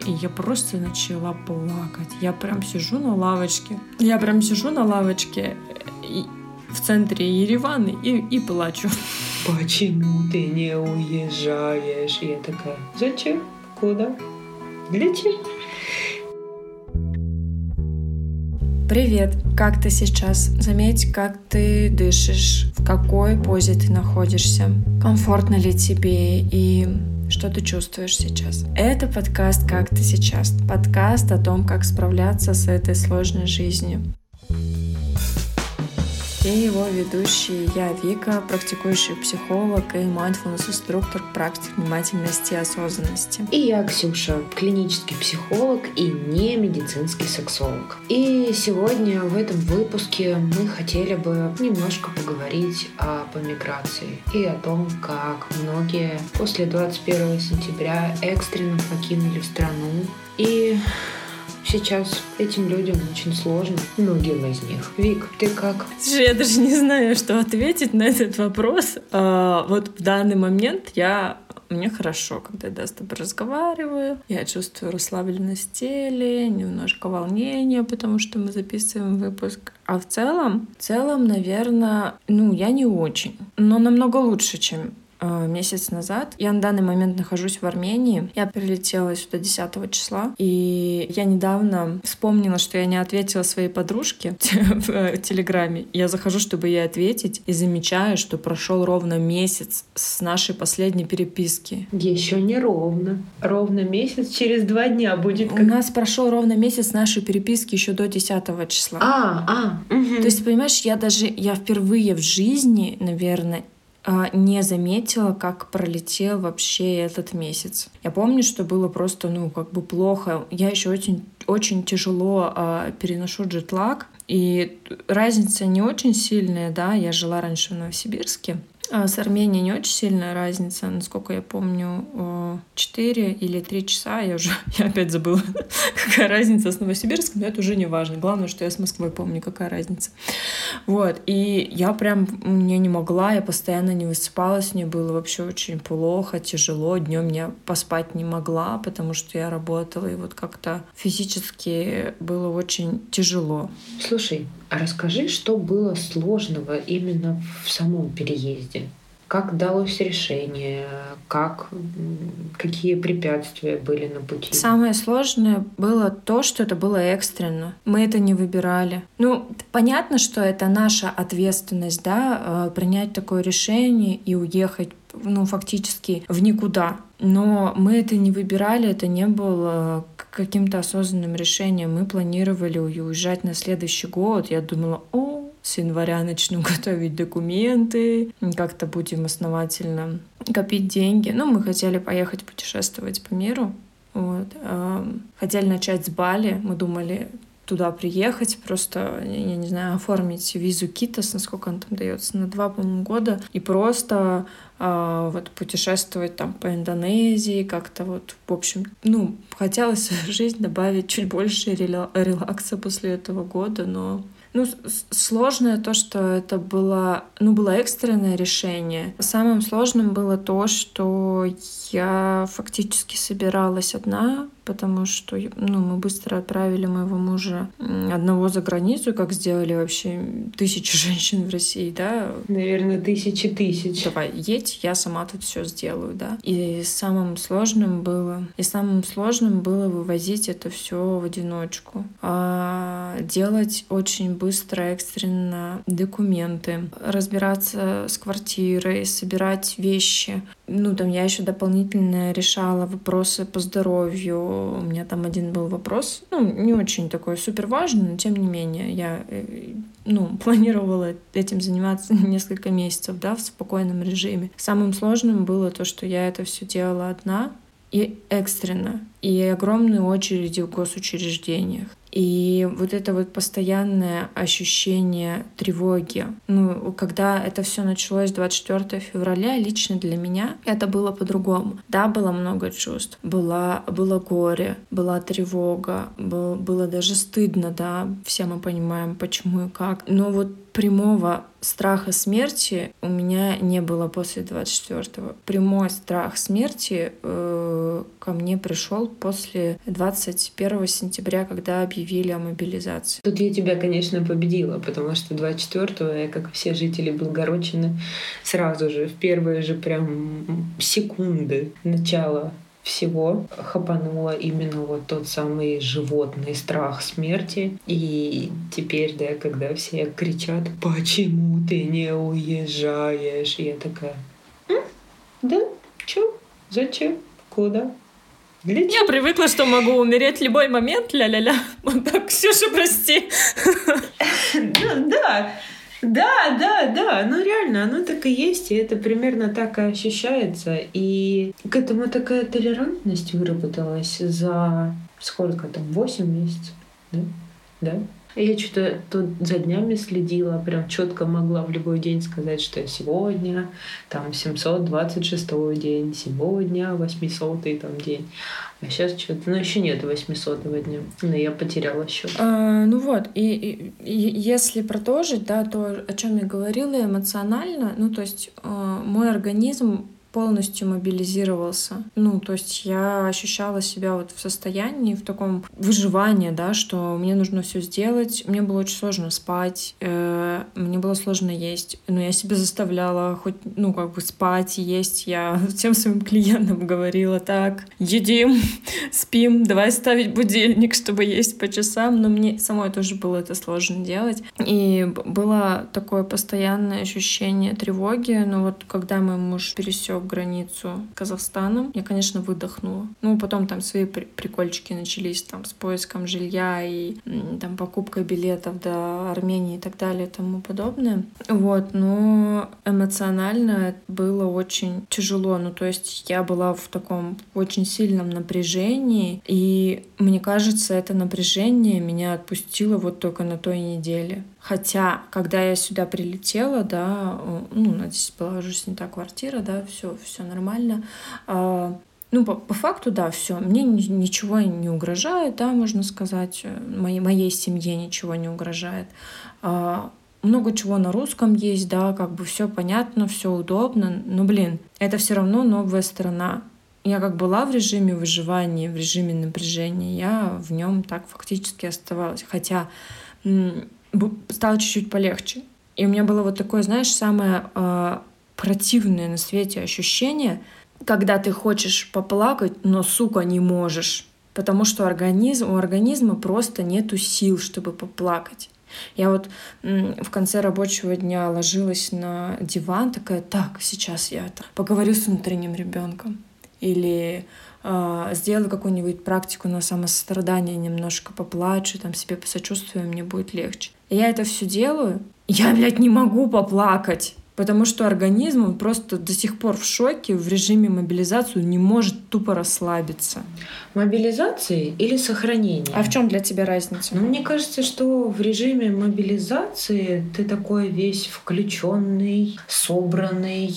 и я просто начала плакать. Я прям сижу на лавочке. В центре Еревана и плачу. Почему ты не уезжаешь? И я такая, зачем? Куда? Для чего? Привет, как ты сейчас? Заметь, как ты дышишь, в какой позе ты находишься, комфортно ли тебе и что ты чувствуешь сейчас. Это подкаст «Как ты сейчас?» Подкаст о том, как справляться с этой сложной жизнью. И его ведущие я, Вика, практикующий психолог и mindfulness-инструктор практик внимательности и осознанности. И я, Ксюша, клинический психолог и не медицинский сексолог. И сегодня в этом выпуске мы хотели бы немножко поговорить об эмиграции и о том, как многие после 21 сентября экстренно покинули страну. И сейчас этим людям очень сложно, многим из них. Вик, ты как? Слушай, я даже не знаю, что ответить на этот вопрос. Вот в данный момент мне хорошо, когда я с тобой разговариваю. Я чувствую расслабленность в теле, немножко волнения, потому что мы записываем выпуск. А в целом, наверное, я не очень, но намного лучше, чем месяц назад. Я на данный момент нахожусь в Армении. Я прилетела сюда 10 числа. И я недавно вспомнила, что я не ответила своей подружке в Телеграме. Я захожу, чтобы ей ответить, и замечаю, что прошел ровно месяц с нашей последней переписки. Еще не ровно. Ровно месяц, через 2 дня будет. У нас прошел ровно месяц нашей переписки еще до 10 числа. Угу. То есть, понимаешь, я впервые в жизни, наверное, не заметила, как пролетел вообще этот месяц. Я помню, что было просто, плохо. Я еще очень, очень тяжело переношу джетлаг. И разница не очень сильная, да. Я жила раньше в Новосибирске. С Арменией не очень сильная разница, насколько я помню, 4 или 3 часа, я опять забыла, какая разница с Новосибирском, но это уже не важно. Главное, что я с Москвой помню, какая разница. Вот, и я не могла, я постоянно не высыпалась, мне было вообще очень плохо, тяжело, днем я поспать не могла, потому что я работала, и вот как-то физически было очень тяжело. Слушай, а расскажи, что было сложного именно в самом переезде? Как далось решение? Какие препятствия были на пути? Самое сложное было то, что это было экстренно. Мы это не выбирали. Понятно, что это наша ответственность, да, принять такое решение и уехать, фактически в никуда. Но мы это не выбирали, это не было каким-то осознанным решением. Мы планировали уезжать на следующий год. Я думала, с января начну готовить документы, как-то будем основательно копить деньги. Мы хотели поехать путешествовать по миру. Вот. Хотели начать с Бали. Мы думали туда приехать, просто, я не знаю, оформить визу КИТОС, насколько она там дается, на 2, по-моему, года, и просто путешествовать там по Индонезии, как-то в общем, хотелось в жизнь добавить чуть больше релакса после этого года, но сложное то, что это было экстренное решение. Самым сложным было то, что я фактически собиралась одна, потому что мы быстро отправили моего мужа одного за границу, как сделали вообще 1000 женщин в России, да? Наверное, тысячи. Давай, едь, я сама тут все сделаю, да? И самым сложным было вывозить это все в одиночку. Делать очень быстро, экстренно документы, разбираться с квартирой, собирать вещи. Я еще дополнительно решала вопросы по здоровью. У меня там один был вопрос, не очень такой супер важный, но тем не менее я планировала этим заниматься несколько месяцев, да, в спокойном режиме. Самым сложным было то, что я это все делала одна и экстренно, и огромные очереди в госучреждениях. И вот это постоянное ощущение тревоги. Когда это все началось 24 февраля, лично для меня это было по-другому. Да, было много чувств. Было горе, была тревога, было даже стыдно, да, все мы понимаем, почему и как. Но прямого страха смерти у меня не было после 24-го. Прямой страх смерти ко мне пришел после 21 сентября, когда объявили о мобилизации. Тут я тебя, конечно, победила, потому что 24-го я, как все жители Белгородчины, сразу же, в первые же прям секунды начала всего хапанула именно вот тот самый животный страх смерти. И теперь, да, когда все кричат: «Почему ты не уезжаешь?» Я такая: да, чё? Зачем? Куда? Для чего? Я привыкла, что могу умереть в любой момент, ля-ля-ля. Вот так, Ксюша, прости. Да, ну реально, оно так и есть, и это примерно так и ощущается. И к этому такая толерантность выработалась за сколько там, 8 месяцев, да? Да? Я что-то тут за днями следила, прям четко могла в любой день сказать, что сегодня там 726-й день, сегодня 800-й там день. А сейчас что-то, ну еще нет 800-го дня, но я потеряла счет. Ну вот, и если продолжить, да, то, о чем я говорила, эмоционально, ну то есть мой организм полностью мобилизировался. Ну, то есть я ощущала себя вот в состоянии, в таком выживании, да, что мне нужно все сделать. Мне было очень сложно спать, мне было сложно есть. Но я себя заставляла хоть, ну, как бы спать, есть. Я всем своим клиентам говорила: так, едим, спим, давай ставить будильник, чтобы есть по часам. Но мне самой тоже было это сложно делать. И было такое постоянное ощущение тревоги. Но вот когда мой муж пересек границу с Казахстаном, я, конечно, выдохнула. Ну, потом там свои прикольчики начались там с поиском жилья и там покупкой билетов до Армении и так далее и тому подобное. Вот, но эмоционально было очень тяжело. Ну, то есть я была в таком очень сильном напряжении, и мне кажется, это напряжение меня отпустило вот только на той неделе. Хотя, когда я сюда прилетела, да, ну, здесь была уже снята квартира, да, все нормально. Ну, по факту, да, все. Мне ничего не угрожает, да, можно сказать. Моей семье ничего не угрожает. Много чего на русском есть, да, как бы все понятно, все удобно. Но, блин, это все равно новая страна. Я как была в режиме выживания, в режиме напряжения, я в нем так фактически оставалась. Хотя стало чуть-чуть полегче. И у меня было вот такое, знаешь, самое противное на свете ощущение, когда ты хочешь поплакать, но, сука, не можешь. Потому что у организма просто нету сил, чтобы поплакать. Я вот в конце рабочего дня ложилась на диван, такая: так, сейчас я поговорю с внутренним ребенком. Или сделаю какую-нибудь практику на самосострадание, немножко поплачу, там себе посочувствую, мне будет легче. И я это все делаю, я, блядь, не могу поплакать. Потому что организм, он просто до сих пор в шоке, в режиме мобилизации, не может тупо расслабиться. Мобилизации или сохранения? А в чем для тебя разница? Ну, мне кажется, что в режиме мобилизации ты такой весь включенный, собранный,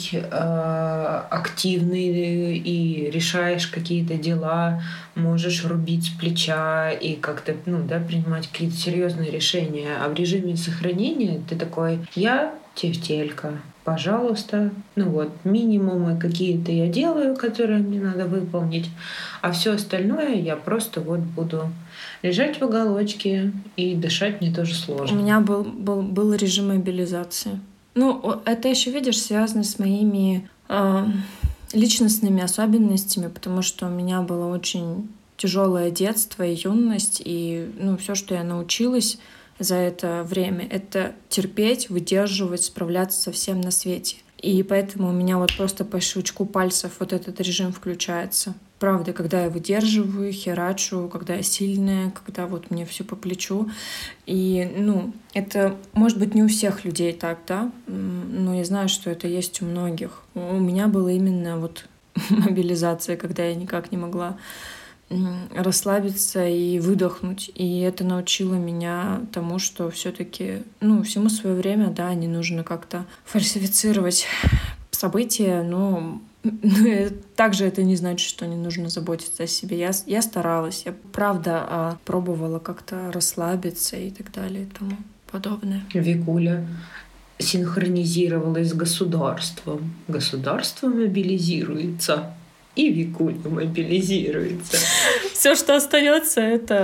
активный и решаешь какие-то дела, можешь рубить с плеча и как-то, ну, да, принимать какие-то серьезные решения. А в режиме сохранения ты такой: я тефтелька, пожалуйста. Ну вот, минимумы какие-то я делаю, которые мне надо выполнить, а все остальное я просто вот буду лежать в уголочке, и дышать мне тоже сложно. У меня был режим мобилизации. Ну, это еще, видишь, связано с моими личностными особенностями, потому что у меня было очень тяжелое детство и юность, и все, что я научилась за это время, это терпеть, выдерживать, справляться со всем на свете. И поэтому у меня вот просто по щелчку пальцев вот этот режим включается. Правда, когда я выдерживаю, херачу, когда я сильная, когда вот мне все по плечу. И, это может быть не у всех людей так, да, но я знаю, что это есть у многих. У меня была именно вот мобилизация, когда я никак не могла расслабиться и выдохнуть. И это научило меня тому, что все-таки, всему свое время, да, не нужно как-то фальсифицировать события, но также это не значит, что не нужно заботиться о себе. Я старалась, я правда пробовала как-то расслабиться и так далее и тому подобное. Викуля синхронизировалась с государством. Государство мобилизируется. И Викуля мобилизируется. Все, что остается,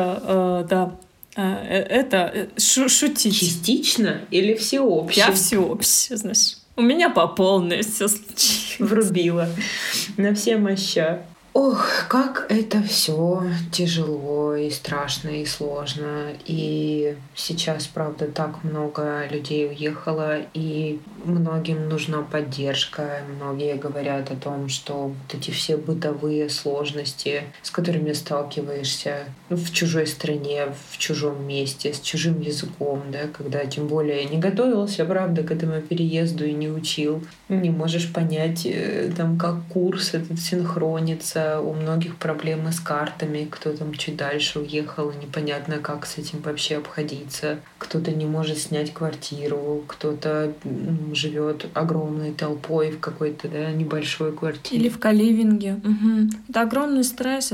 это шутить. Частично или всеобщее? Я всеобщее, знаешь. У меня по полной все случилось. Врубила на все моща. Ох, как это все тяжело и страшно и сложно. И сейчас, правда, так много людей уехало, и многим нужна поддержка. Многие говорят о том, что вот эти все бытовые сложности, с которыми сталкиваешься в чужой стране, в чужом месте, с чужим языком, да, когда тем более не готовился, правда, к этому переезду и не учил, не можешь понять, там, как курс этот синхронится. У многих проблемы с картами, кто там чуть дальше уехал, и непонятно, как с этим вообще обходиться. Кто-то не может снять квартиру, кто-то живет огромной толпой в какой-то небольшой квартире. Или в коливинге. Угу. Это огромный стресс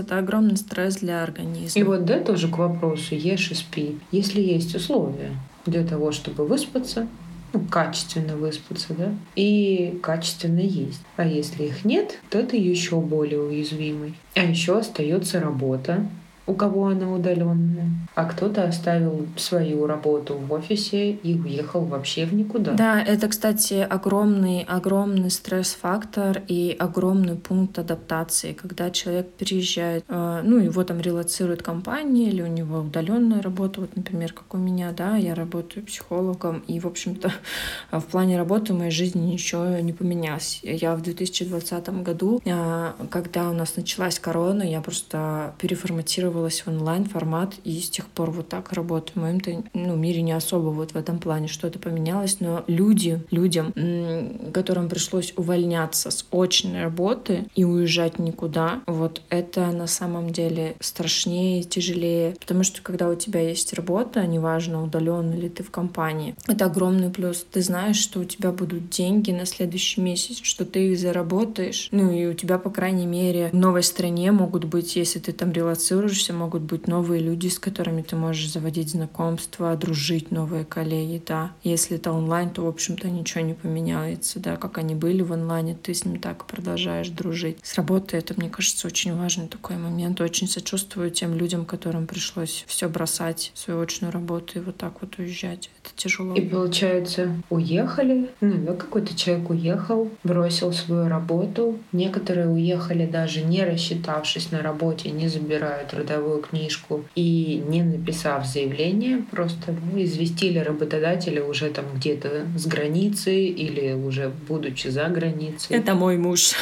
для организма. И вот тоже к вопросу ешь и спи. Если есть условия для того, чтобы выспаться, качественно выспаться, да, и качественно есть. А если их нет, то ты еще более уязвимый. А еще остается работа, у кого она удаленная, а кто-то оставил свою работу в офисе и уехал вообще в никуда. Да, это, кстати, огромный стресс-фактор и огромный пункт адаптации, когда человек переезжает, его там релоцирует компания или у него удаленная работа, вот, например, как у меня, да, я работаю психологом, и, в общем-то, в плане работы в моей жизни ничего не поменялось. Я в 2020 году, когда у нас началась корона, я просто переформатировалась в онлайн-формат, и с тех пор вот так работаю. В моем-то мире не особо вот в этом плане что-то поменялось, но людям, которым пришлось увольняться с очной работы и уезжать никуда, вот это на самом деле страшнее, тяжелее, потому что когда у тебя есть работа, неважно, удаленно ли ты в компании, это огромный плюс. Ты знаешь, что у тебя будут деньги на следующий месяц, что ты их заработаешь, и у тебя, по крайней мере, в новой стране могут быть, если ты там релоцируешься, могут быть новые люди, с которыми ты можешь заводить знакомства, дружить, новые коллеги, да. Если это онлайн, то, в общем-то, ничего не поменяется, да, как они были в онлайне, ты с ним так и продолжаешь дружить. С работой это, мне кажется, очень важный такой момент. Очень сочувствую тем людям, которым пришлось все бросать, свою очную работу и вот так вот уезжать. Это тяжело. И получается, уехали, какой-то человек уехал, бросил свою работу. Некоторые уехали даже не рассчитавшись на работе, не забирая трудовую книжку и не написав заявление, просто известили работодателя уже там где-то с границы или уже будучи за границей. Это мой муж.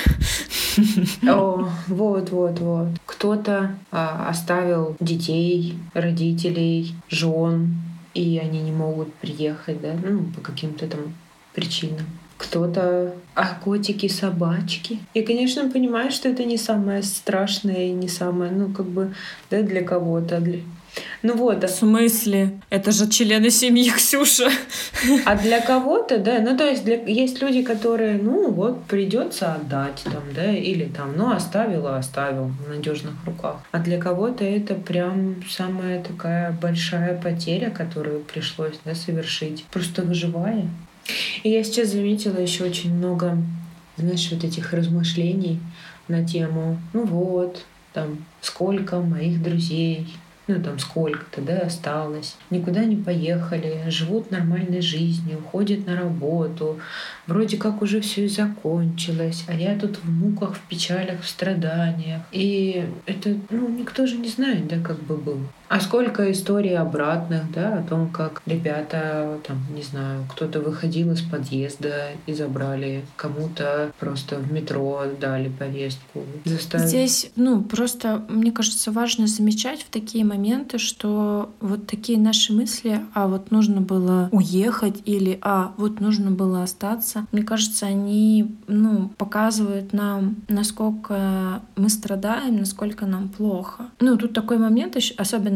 Вот. Кто-то оставил детей, родителей, жен, и они не могут приехать, да, по каким-то там причинам. Кто-то котики, собачки. И, конечно, понимаешь, что это не самое страшное и не самое, для кого-то. В смысле? Это же члены семьи, Ксюша. А для кого-то, есть люди, которые, придется отдать там, да, или там, оставил в надежных руках. А для кого-то это прям самая такая большая потеря, которую пришлось, совершить, просто выживая. И я сейчас заметила еще очень много, вот этих размышлений на тему, сколько моих друзей, сколько-то, осталось, никуда не поехали, живут нормальной жизнью, ходят на работу, вроде как уже все и закончилось, а я тут в муках, в печалях, в страданиях. И это, никто же не знает, как бы был. А сколько историй обратных, о том, как ребята, кто-то выходил из подъезда и забрали, кому-то просто в метро дали повестку. Здесь, просто, мне кажется, важно замечать в такие моменты, что вот такие наши мысли, вот нужно было уехать или вот нужно было остаться, мне кажется, они, показывают нам, насколько мы страдаем, насколько нам плохо. Тут такой момент, особенно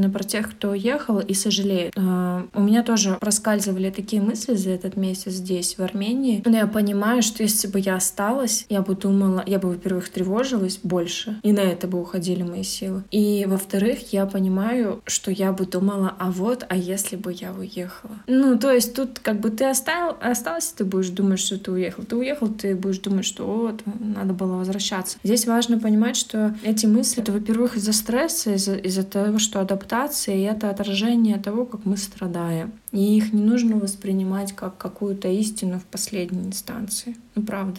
именно про тех, кто уехал и сожалеет. У меня тоже проскальзывали такие мысли за этот месяц здесь, в Армении. Но я понимаю, что если бы я осталась, я бы думала, я бы, во-первых, тревожилась больше, и на это бы уходили мои силы. И, во-вторых, я понимаю, что я бы думала, а если бы я уехала? Ну, то есть тут как бы ты осталась, ты будешь думать, что ты уехал. Ты уехал, ты будешь думать, что вот, надо было возвращаться. Здесь важно понимать, что эти мысли, это, во-первых, из-за стресса, из-за того, что адаптация, и это отражение того, как мы страдаем. И их не нужно воспринимать как какую-то истину в последней инстанции. Ну, правда.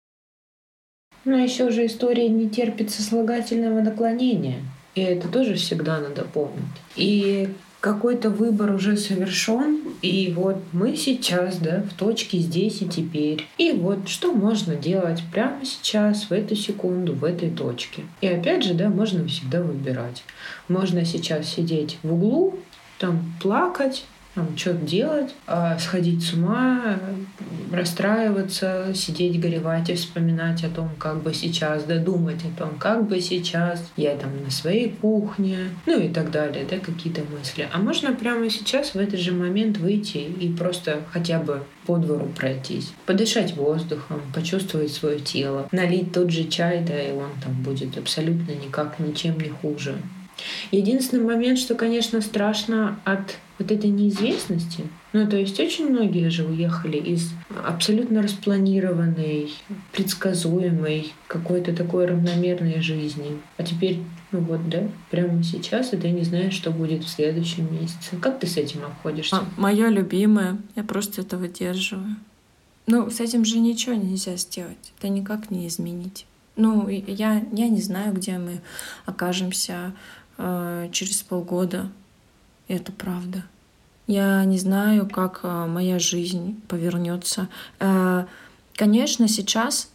Но еще же история не терпит сослагательного наклонения. И это тоже всегда надо помнить. И какой-то выбор уже совершен, и вот мы сейчас, да, в точке здесь и теперь. И вот что можно делать прямо сейчас, в эту секунду, в этой точке. И опять же, да, можно всегда выбирать. Можно сейчас сидеть в углу, там плакать, там что-то делать, сходить с ума, расстраиваться, сидеть, горевать и вспоминать о том, как бы сейчас, да, думать о том, как бы сейчас я там на своей кухне, ну и так далее, да, какие-то мысли. А можно прямо сейчас, в этот же момент выйти и просто хотя бы по двору пройтись, подышать воздухом, почувствовать свое тело, налить тот же чай, да, и он там будет абсолютно никак, ничем не хуже. Единственный момент, что, конечно, страшно от вот этой неизвестности. Ну, то есть очень многие же уехали из абсолютно распланированной, предсказуемой, какой-то такой равномерной жизни. А теперь, ну вот, да, прямо сейчас, и ты не знаешь, что будет в следующем месяце. Как ты с этим обходишься? Мое любимое. Я просто это выдерживаю. Ну, с этим же ничего нельзя сделать. Это никак не изменить. Ну, я не знаю, где мы окажемся через полгода. Это правда. Я не знаю, как моя жизнь повернется. Конечно, сейчас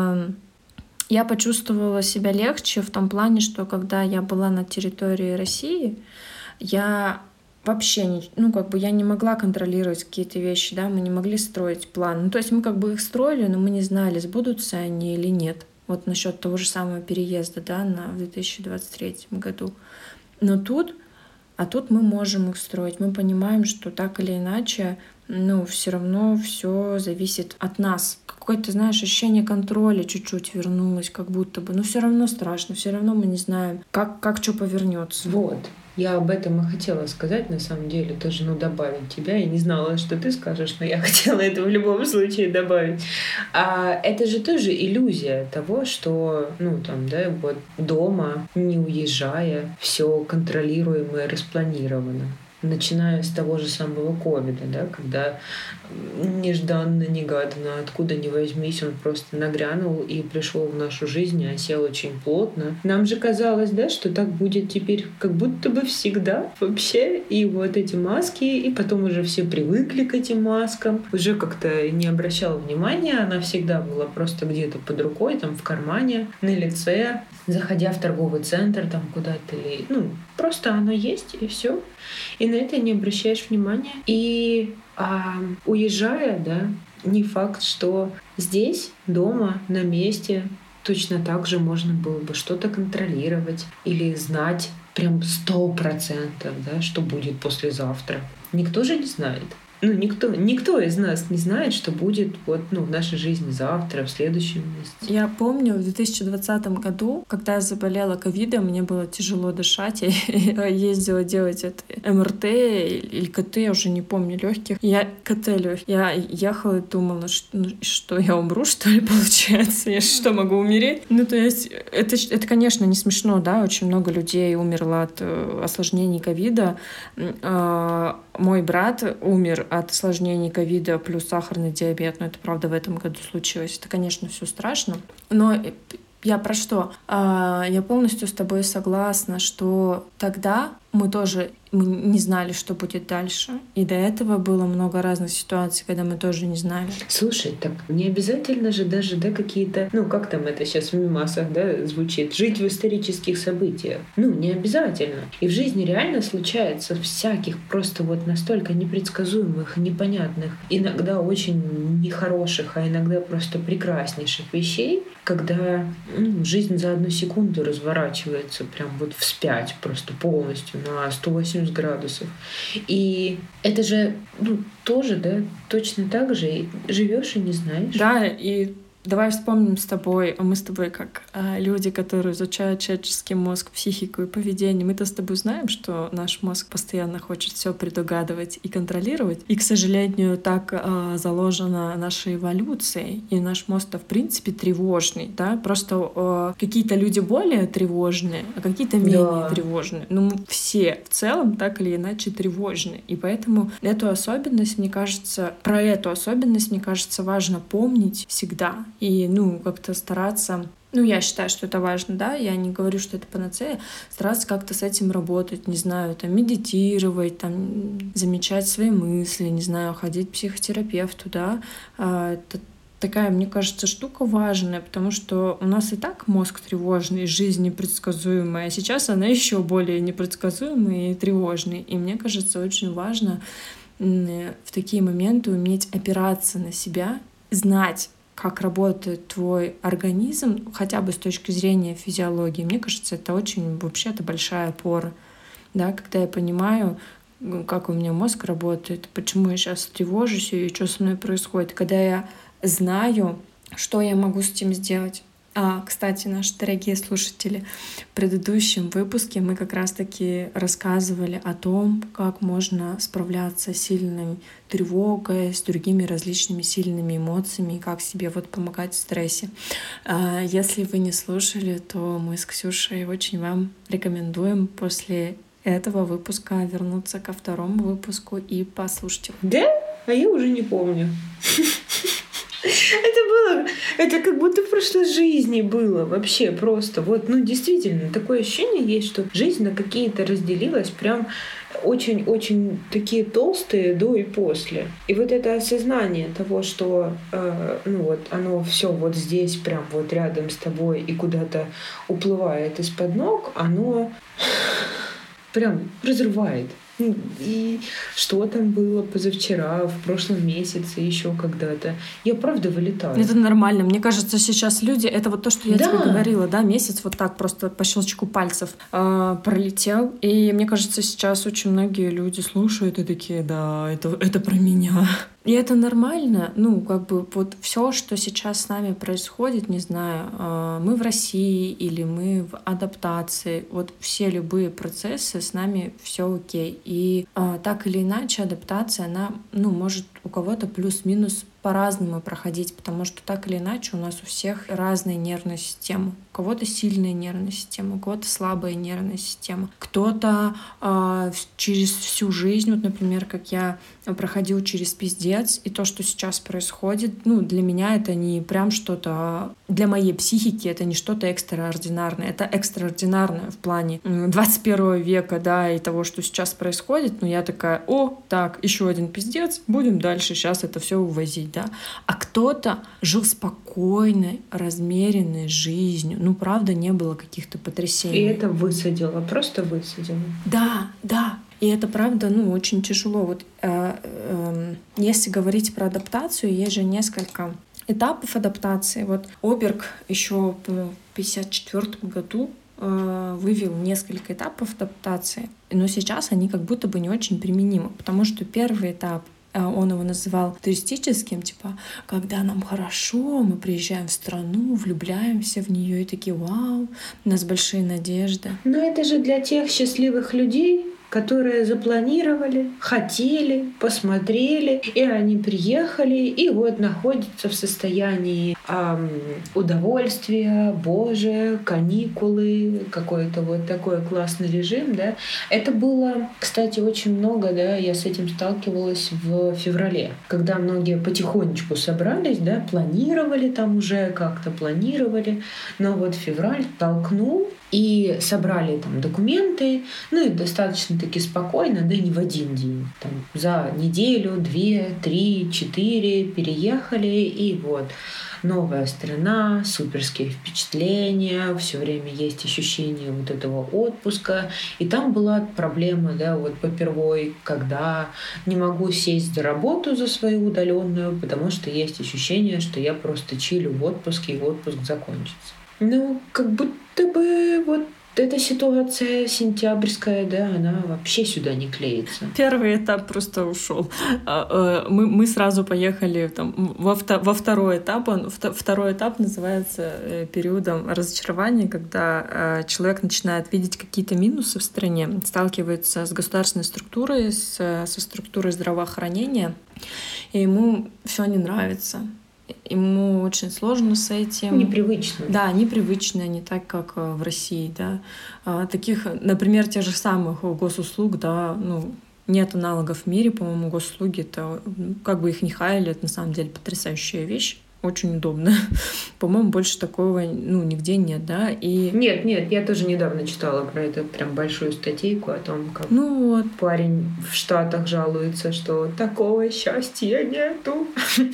я почувствовала себя легче в том плане, что когда я была на территории России, я вообще я не могла контролировать какие-то вещи, да, мы не могли строить план. Ну, то есть мы как бы их строили, но мы не знали, сбудутся они или нет. Вот насчет того же самого переезда, да, в 2023 году. Но тут мы можем их строить. Мы понимаем, что так или иначе, все равно все зависит от нас. Какое-то, знаешь, ощущение контроля чуть-чуть вернулось, как будто бы. Но все равно страшно, все равно мы не знаем, как что повернется. Вот. Я об этом и хотела сказать, на самом деле, тоже, добавить тебя. Я не знала, что ты скажешь, но я хотела это в любом случае добавить. А это же тоже иллюзия того, что, вот дома, не уезжая, все контролируемо и распланировано. Начиная с того же самого ковида, да, когда нежданно-негаданно, откуда ни возьмись, он просто нагрянул и пришел в нашу жизнь, и осел очень плотно. Нам же казалось, да, что так будет теперь как будто бы всегда вообще. И вот эти маски, и потом уже все привыкли к этим маскам. Уже как-то не обращала внимания, она всегда была просто где-то под рукой, там в кармане, на лице, заходя в торговый центр, там куда-то, или, просто оно есть, и все. И на это не обращаешь внимания. И уезжая, да, не факт, что здесь, дома, на месте точно так же можно было бы что-то контролировать или знать прям 100%, да, что будет послезавтра. Никто же не знает. Никто из нас не знает, что будет в нашей жизни завтра, в следующем месяце. Я помню, в 2020 году, когда я заболела ковидом, мне было тяжело дышать. Я ездила делать это МРТ или КТ, я уже не помню, легких. КТ легких. Я ехала и думала, что я умру, что ли, получается? Я что, могу умереть? То есть это, конечно, не смешно, да, очень много людей умерло от осложнений ковида. Мой брат умер от осложнений ковида плюс сахарный диабет. Но это, правда, в этом году случилось. Это, конечно, все страшно. Но я про что? Я полностью с тобой согласна, что тогда мы не знали, что будет дальше. И до этого было много разных ситуаций, когда мы тоже не знали. Слушай, так не обязательно же даже, да, какие-то... как там это сейчас в мемасах, да, звучит? Жить в исторических событиях. Не обязательно. И в жизни реально случается всяких просто настолько непредсказуемых, непонятных, иногда очень нехороших, а иногда просто прекраснейших вещей, когда жизнь за одну секунду разворачивается прям вспять просто полностью на 180 градусов. И это же тоже, да, точно так же живешь и не знаешь. Да, и давай вспомним с тобой, мы с тобой как люди, которые изучают человеческий мозг, психику и поведение, мы-то с тобой знаем, что наш мозг постоянно хочет все предугадывать и контролировать. И, к сожалению, так заложено нашей эволюцией. И наш мозг-то, в принципе, тревожный. Да? Просто какие-то люди более тревожные, а какие-то менее тревожные. Но мы все в целом так или иначе тревожны. И поэтому про эту особенность, мне кажется, важно помнить всегда. И, как-то стараться... я считаю, что это важно, да, я не говорю, что это панацея, стараться как-то с этим работать, не знаю, медитировать, замечать свои мысли, не знаю, ходить к психотерапевту, да, это такая, мне кажется, штука важная, потому что у нас и так мозг тревожный, жизнь непредсказуемая, а сейчас она еще более непредсказуемая и тревожная, и мне кажется, очень важно в такие моменты уметь опираться на себя, знать, как работает твой организм, хотя бы с точки зрения физиологии. Мне кажется, это очень, вообще-то, большая опора. Да, когда я понимаю, как у меня мозг работает, почему я сейчас тревожусь и что со мной происходит. Когда я знаю, что я могу с этим сделать. Кстати, наши дорогие слушатели, в предыдущем выпуске мы как раз-таки рассказывали о том, как можно справляться с сильной тревогой, с другими различными сильными эмоциями, и как себе помогать в стрессе. Если вы не слушали, то мы с Ксюшей очень вам рекомендуем после этого выпуска вернуться ко второму выпуску и послушать его. Да? А я уже не помню. Это как будто в прошлой жизни было вообще просто. Действительно, такое ощущение есть, что жизнь на какие-то разделилась прям очень-очень такие толстые до и после. И это осознание того, что оно все здесь, прям рядом с тобой и куда-то уплывает из-под ног, оно прям разрывает. И что там было позавчера, в прошлом месяце, еще когда-то. Я правда вылетаю. Это нормально. Мне кажется, сейчас люди... Это то, что я тебе говорила, да? Месяц так просто по щелчку пальцев пролетел. И мне кажется, сейчас очень многие люди слушают и такие, да, это про меня. И это нормально. Все, что сейчас с нами происходит, не знаю, мы в России или мы в адаптации, все любые процессы, с нами все окей. И так или иначе адаптация, она, может у кого-то плюс-минус по-разному проходить, потому что так или иначе у нас у всех разные нервные системы. У кого-то сильная нервная система, у кого-то слабая нервная система. Кто-то через всю жизнь, например, как я проходил через пиздец, и то, что сейчас происходит, для меня это не прям что-то... Для моей психики это не что-то экстраординарное. Это экстраординарное в плане 21 века, да, и того, что сейчас происходит. Но я такая, еще один пиздец, будем дальше сейчас это все увозить, да. А кто-то жил спокойной, размеренной жизнью. Правда, не было каких-то потрясений. И это высадило, просто высадило. Да. И это, правда, очень тяжело. Если говорить про адаптацию, есть же несколько этапов адаптации. Оберг еще в 1954 году вывел несколько этапов адаптации, но сейчас они как будто бы не очень применимы, потому что первый этап, он его называл туристическим, когда нам хорошо, мы приезжаем в страну, влюбляемся в нее и такие, вау, у нас большие надежды. Но это же для тех счастливых людей, которые запланировали, хотели, посмотрели, и они приехали, и находятся в состоянии удовольствия, боже, каникулы, какой-то такой классный режим, да. Это было, кстати, очень много, да, я с этим сталкивалась в феврале, когда многие потихонечку собрались, да, планировали уже как-то, но февраль толкнул, и собрали документы, и достаточно таки спокойно, да не в один день. За неделю, 2, 3, 4 переехали, и новая страна, суперские впечатления, все время есть ощущение этого отпуска. И там была проблема, да, попервой, когда не могу сесть за работу за свою удаленную, потому что есть ощущение, что я просто чилю в отпуске, и отпуск закончится. Как будто бы Эта ситуация сентябрьская, да, она вообще сюда не клеится. Первый этап просто ушел. Мы сразу поехали там, во второй этап. Второй этап называется периодом разочарования, когда человек начинает видеть какие-то минусы в стране, сталкивается с государственной структурой, со структурой здравоохранения, и ему все не нравится. Ему очень сложно с этим. Непривычно. Да, непривычно, не так, как в России, да. Таких, например, тех же самых госуслуг, да, ну, нет аналогов в мире, по-моему, госуслуги, это, как бы их ни хаяли, это на самом деле потрясающая вещь, очень удобно. По-моему, больше такого, ну, нигде нет, да, и... Нет, я тоже недавно читала про это прям большую статейку о том, как вот. Парень в Штатах жалуется, что такого счастья нету.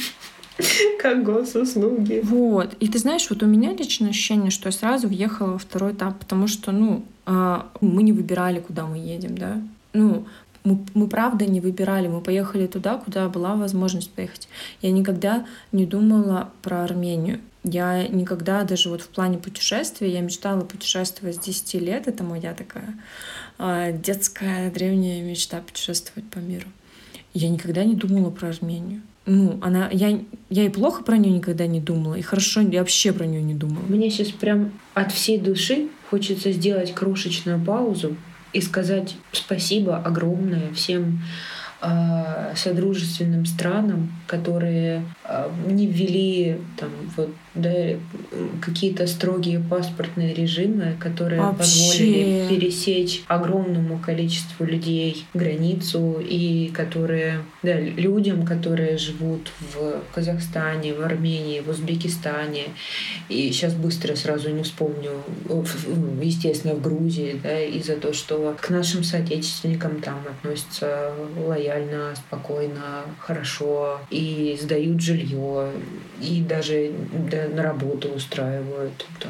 Как госуслуги. Вот. И ты знаешь, вот у меня личное ощущение, что я сразу въехала во второй этап, потому что, ну, мы не выбирали, куда мы едем, да. Ну, мы правда не выбирали, мы поехали туда, куда была возможность поехать. Я никогда не думала про Армению. Я никогда, даже вот в плане путешествия, я мечтала путешествовать с 10 лет, это моя такая детская древняя мечта путешествовать по миру. Я никогда не думала про Армению. Ну, я и плохо про нее никогда не думала, и хорошо, я вообще про нее не думала. Мне сейчас прям от всей души хочется сделать крошечную паузу и сказать спасибо огромное всем содружественным странам, которые не ввели там, вот, да, какие-то строгие паспортные режимы, которые позволили пересечь огромному количеству людей границу, и которые, да, людям, которые живут в Казахстане, в Армении, в Узбекистане, и сейчас быстро сразу не вспомню, естественно, в Грузии, да, и за то, что к нашим соотечественникам там относятся лояльно, спокойно, хорошо, и сдают жилье, и даже на работу устраивают. Там,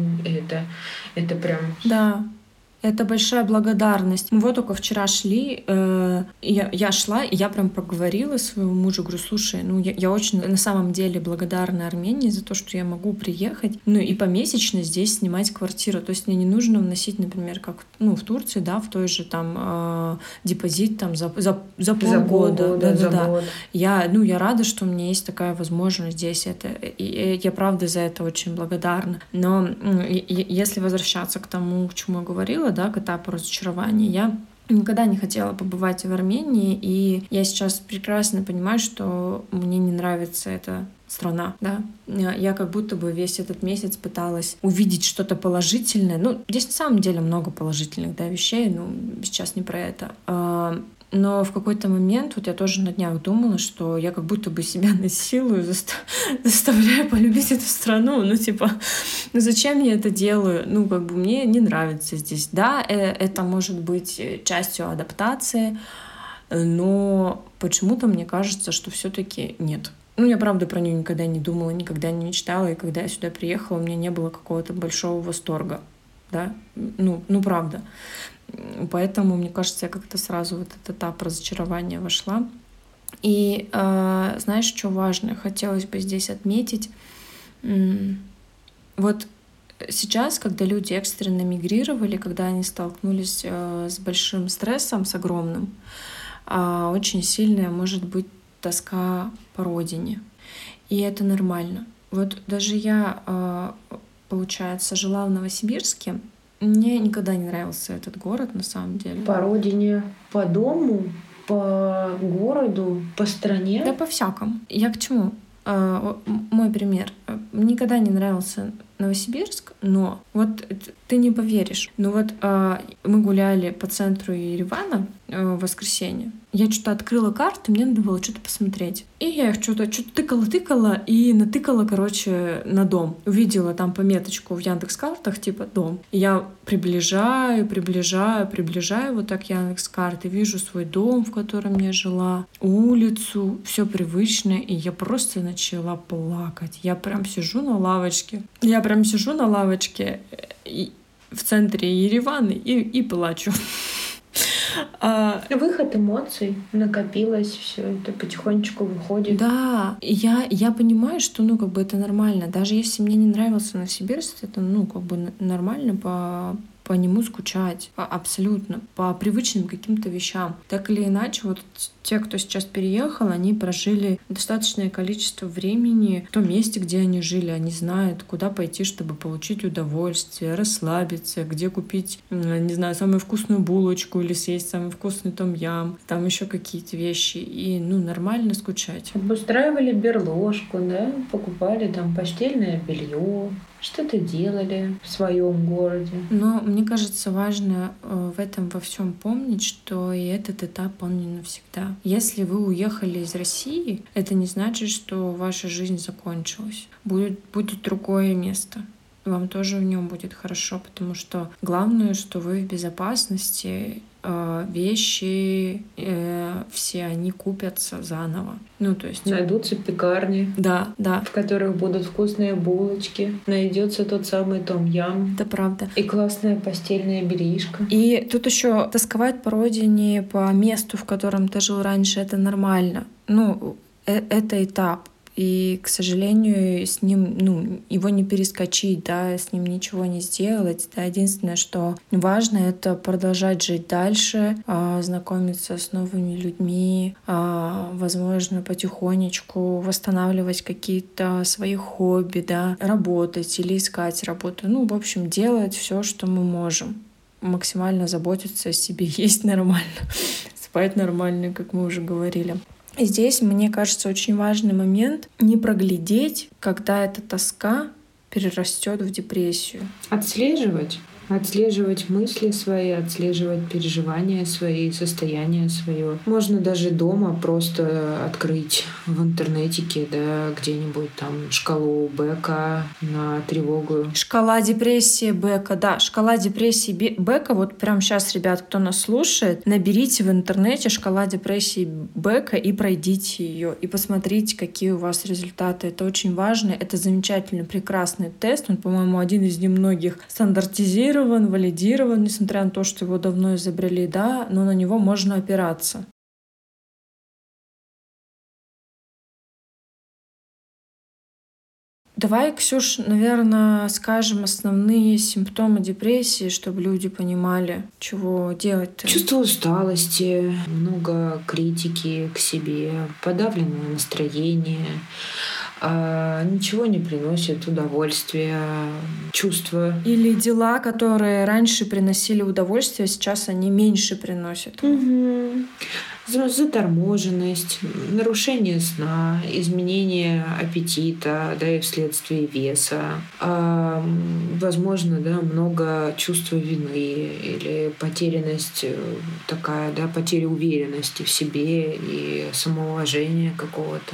это прям... Да. Это большая благодарность. Мы вот только вчера шли, я шла, и я прям проговорила своему мужу, говорю, слушай, ну я очень на самом деле благодарна Армении за то, что я могу приехать, ну и помесячно здесь снимать квартиру. То есть мне не нужно вносить, например, как ну, в Турции, да, в той же там депозит там за полгода. Да. Я рада, что у меня есть такая возможность здесь. И я правда за это очень благодарна. Но если возвращаться к тому, к чему я говорила, да, к этапу разочарования, я никогда не хотела побывать в Армении, и я сейчас прекрасно понимаю, что мне не нравится эта страна, да. Я как будто бы весь этот месяц пыталась увидеть что-то положительное. Ну, здесь на самом деле много положительных, да, вещей, но сейчас не про это. Но в какой-то момент, вот я тоже на днях думала, что я как будто бы себя насилую, заставляю полюбить эту страну. Ну, типа, ну зачем я это делаю? Ну, как бы мне не нравится здесь. Да, это может быть частью адаптации, но почему-то мне кажется, что все-таки нет. Ну, я правда про нее никогда не думала, никогда не мечтала, и когда я сюда приехала, у меня не было какого-то большого восторга, да, ну правда. Поэтому, мне кажется, я как-то сразу в этот этап разочарования вошла. И знаешь, что важно? Хотелось бы здесь отметить. Вот сейчас, когда люди экстренно мигрировали, когда они столкнулись с большим стрессом, с огромным, очень сильная может быть тоска по родине. И это нормально. Вот даже я, получается, жила в Новосибирске. Мне никогда не нравился этот город, на самом деле. По родине, по дому, по городу, по стране? Да, по-всякому. Я к чему? Мой пример. Мне никогда не нравился Новосибирск, но вот ты не поверишь. Но вот мы гуляли по центру Еревана в воскресенье. Я что-то открыла карты, мне надо было что-то посмотреть. И я их что-то тыкала и натыкала, короче, на дом. Увидела там пометочку в Яндекс.Картах, типа дом. И я приближаю вот так Яндекс.Карты, вижу свой дом, в котором я жила, улицу, все привычно, и я просто начала плакать. Я прям сижу на лавочке в центре Еревана и плачу. Выход эмоций накопилось, все это потихонечку выходит. Да, я понимаю, что это нормально. Даже если мне не нравился Новосибирск, это нормально по нему скучать. Абсолютно. По привычным каким-то вещам. Так или иначе, вот те, кто сейчас переехал, они прожили достаточное количество времени в том месте, где они жили. Они знают, куда пойти, чтобы получить удовольствие, расслабиться, где купить, не знаю, самую вкусную булочку или съесть самый вкусный том-ям, там еще какие-то вещи. И, нормально скучать. Обустраивали берложку, да, покупали там постельное белье, что-то делали в своем городе. Но мне кажется, важно в этом во всем помнить, что и этот этап, он не навсегда. Если вы уехали из России, это не значит, что ваша жизнь закончилась. Будет другое место. Вам тоже в нем будет хорошо, потому что главное, что вы в безопасности, вещи все они купятся заново. То есть найдутся пекарни, да, в которых будут вкусные булочки, найдется тот самый том-ям. Это правда. И классное постельное бельишко. И тут еще тосковать по родине, по месту, в котором ты жил раньше, это нормально. Это этап. И, к сожалению, с ним, его не перескочить, да, с ним ничего не сделать. Да. Единственное, что важно, это продолжать жить дальше, знакомиться с новыми людьми, возможно, потихонечку восстанавливать какие-то свои хобби, да, работать или искать работу. В общем, делать все, что мы можем. Максимально заботиться о себе, есть нормально, спать нормально, как мы уже говорили. И здесь, мне кажется, очень важный момент не проглядеть, когда эта тоска перерастет в депрессию. Отслеживать мысли свои, отслеживать переживания свои, состояние свое. Можно даже дома просто открыть в интернетике, да, где-нибудь там шкалу Бека на тревогу. Шкала депрессии Бека, да, шкала депрессии Бека. Вот прямо сейчас, ребят, кто нас слушает, наберите в интернете шкала депрессии Бека и пройдите ее, и посмотрите, какие у вас результаты. Это очень важно, это замечательный, прекрасный тест. Он, по-моему, один из немногих стандартизирован, валидирован, несмотря на то, что его давно изобрели, да, но на него можно опираться. Давай, Ксюш, наверное, скажем основные симптомы депрессии, чтобы люди понимали, чего делать-то. Чувство усталости, много критики к себе, подавленное настроение, ничего не приносит удовольствия, чувства. Или дела, которые раньше приносили удовольствие, сейчас они меньше приносят. Заторможенность, нарушение сна, изменение аппетита, да, и вследствие веса. Возможно, да, много чувства вины или потерянность такая, да, потеря уверенности в себе и самоуважения какого-то.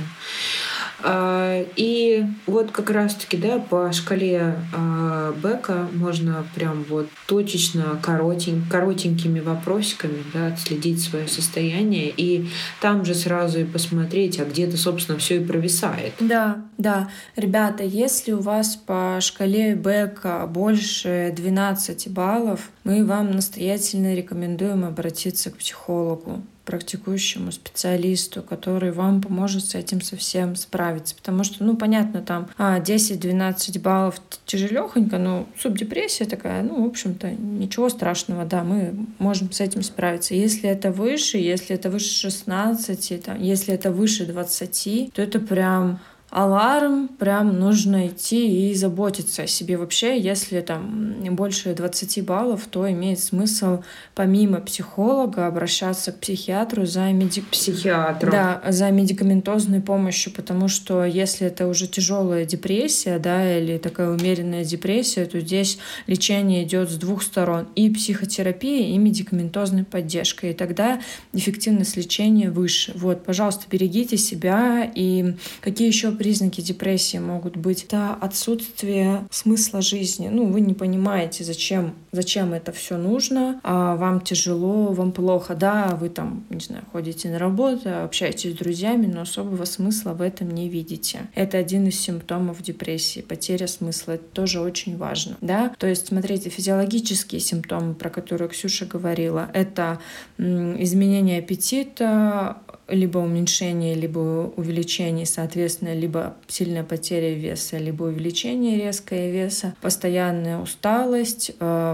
И вот как раз-таки, да, по шкале Бека можно прям вот точечно коротенькими вопросиками, да, отследить свое состояние и там же сразу и посмотреть, а где-то, собственно, все и провисает. Да. Ребята, если у вас по шкале Бека больше 12 баллов, мы вам настоятельно рекомендуем обратиться к психологу, практикующему специалисту, который вам поможет с этим совсем справиться. Потому что, понятно, там 10-12 баллов тяжелёхонько, но субдепрессия такая, в общем-то, ничего страшного, да, мы можем с этим справиться. Если это выше 16, если это выше 20, то это прям аларм, прям нужно идти и заботиться о себе. Вообще, если там больше 20 баллов, то имеет смысл помимо психолога обращаться к психиатру за медикаментозной помощью, потому что если это уже тяжелая депрессия, да, или такая умеренная депрессия, то здесь лечение идет с двух сторон: и психотерапия, и медикаментозной поддержкой, и тогда эффективность лечения выше. Вот, пожалуйста, берегите себя. И какие еще признаки депрессии могут быть? Это отсутствие смысла жизни. Вы не понимаете, зачем это все нужно, вам тяжело, вам плохо. Да, вы там, не знаю, ходите на работу, общаетесь с друзьями, но особого смысла в этом не видите. Это один из симптомов депрессии, потеря смысла. Это тоже очень важно. Да? То есть, смотрите, физиологические симптомы, про которые Ксюша говорила, это изменение аппетита, либо уменьшение, либо увеличение, соответственно, либо сильная потеря веса, либо увеличение резкое веса, постоянная усталость,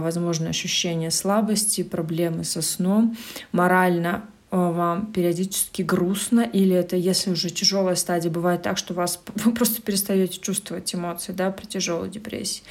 возможно, ощущение слабости, проблемы со сном, морально вам периодически грустно, или это, если уже тяжелая стадия, бывает так, что вы просто перестаете чувствовать эмоции, да, при тяжелой депрессии.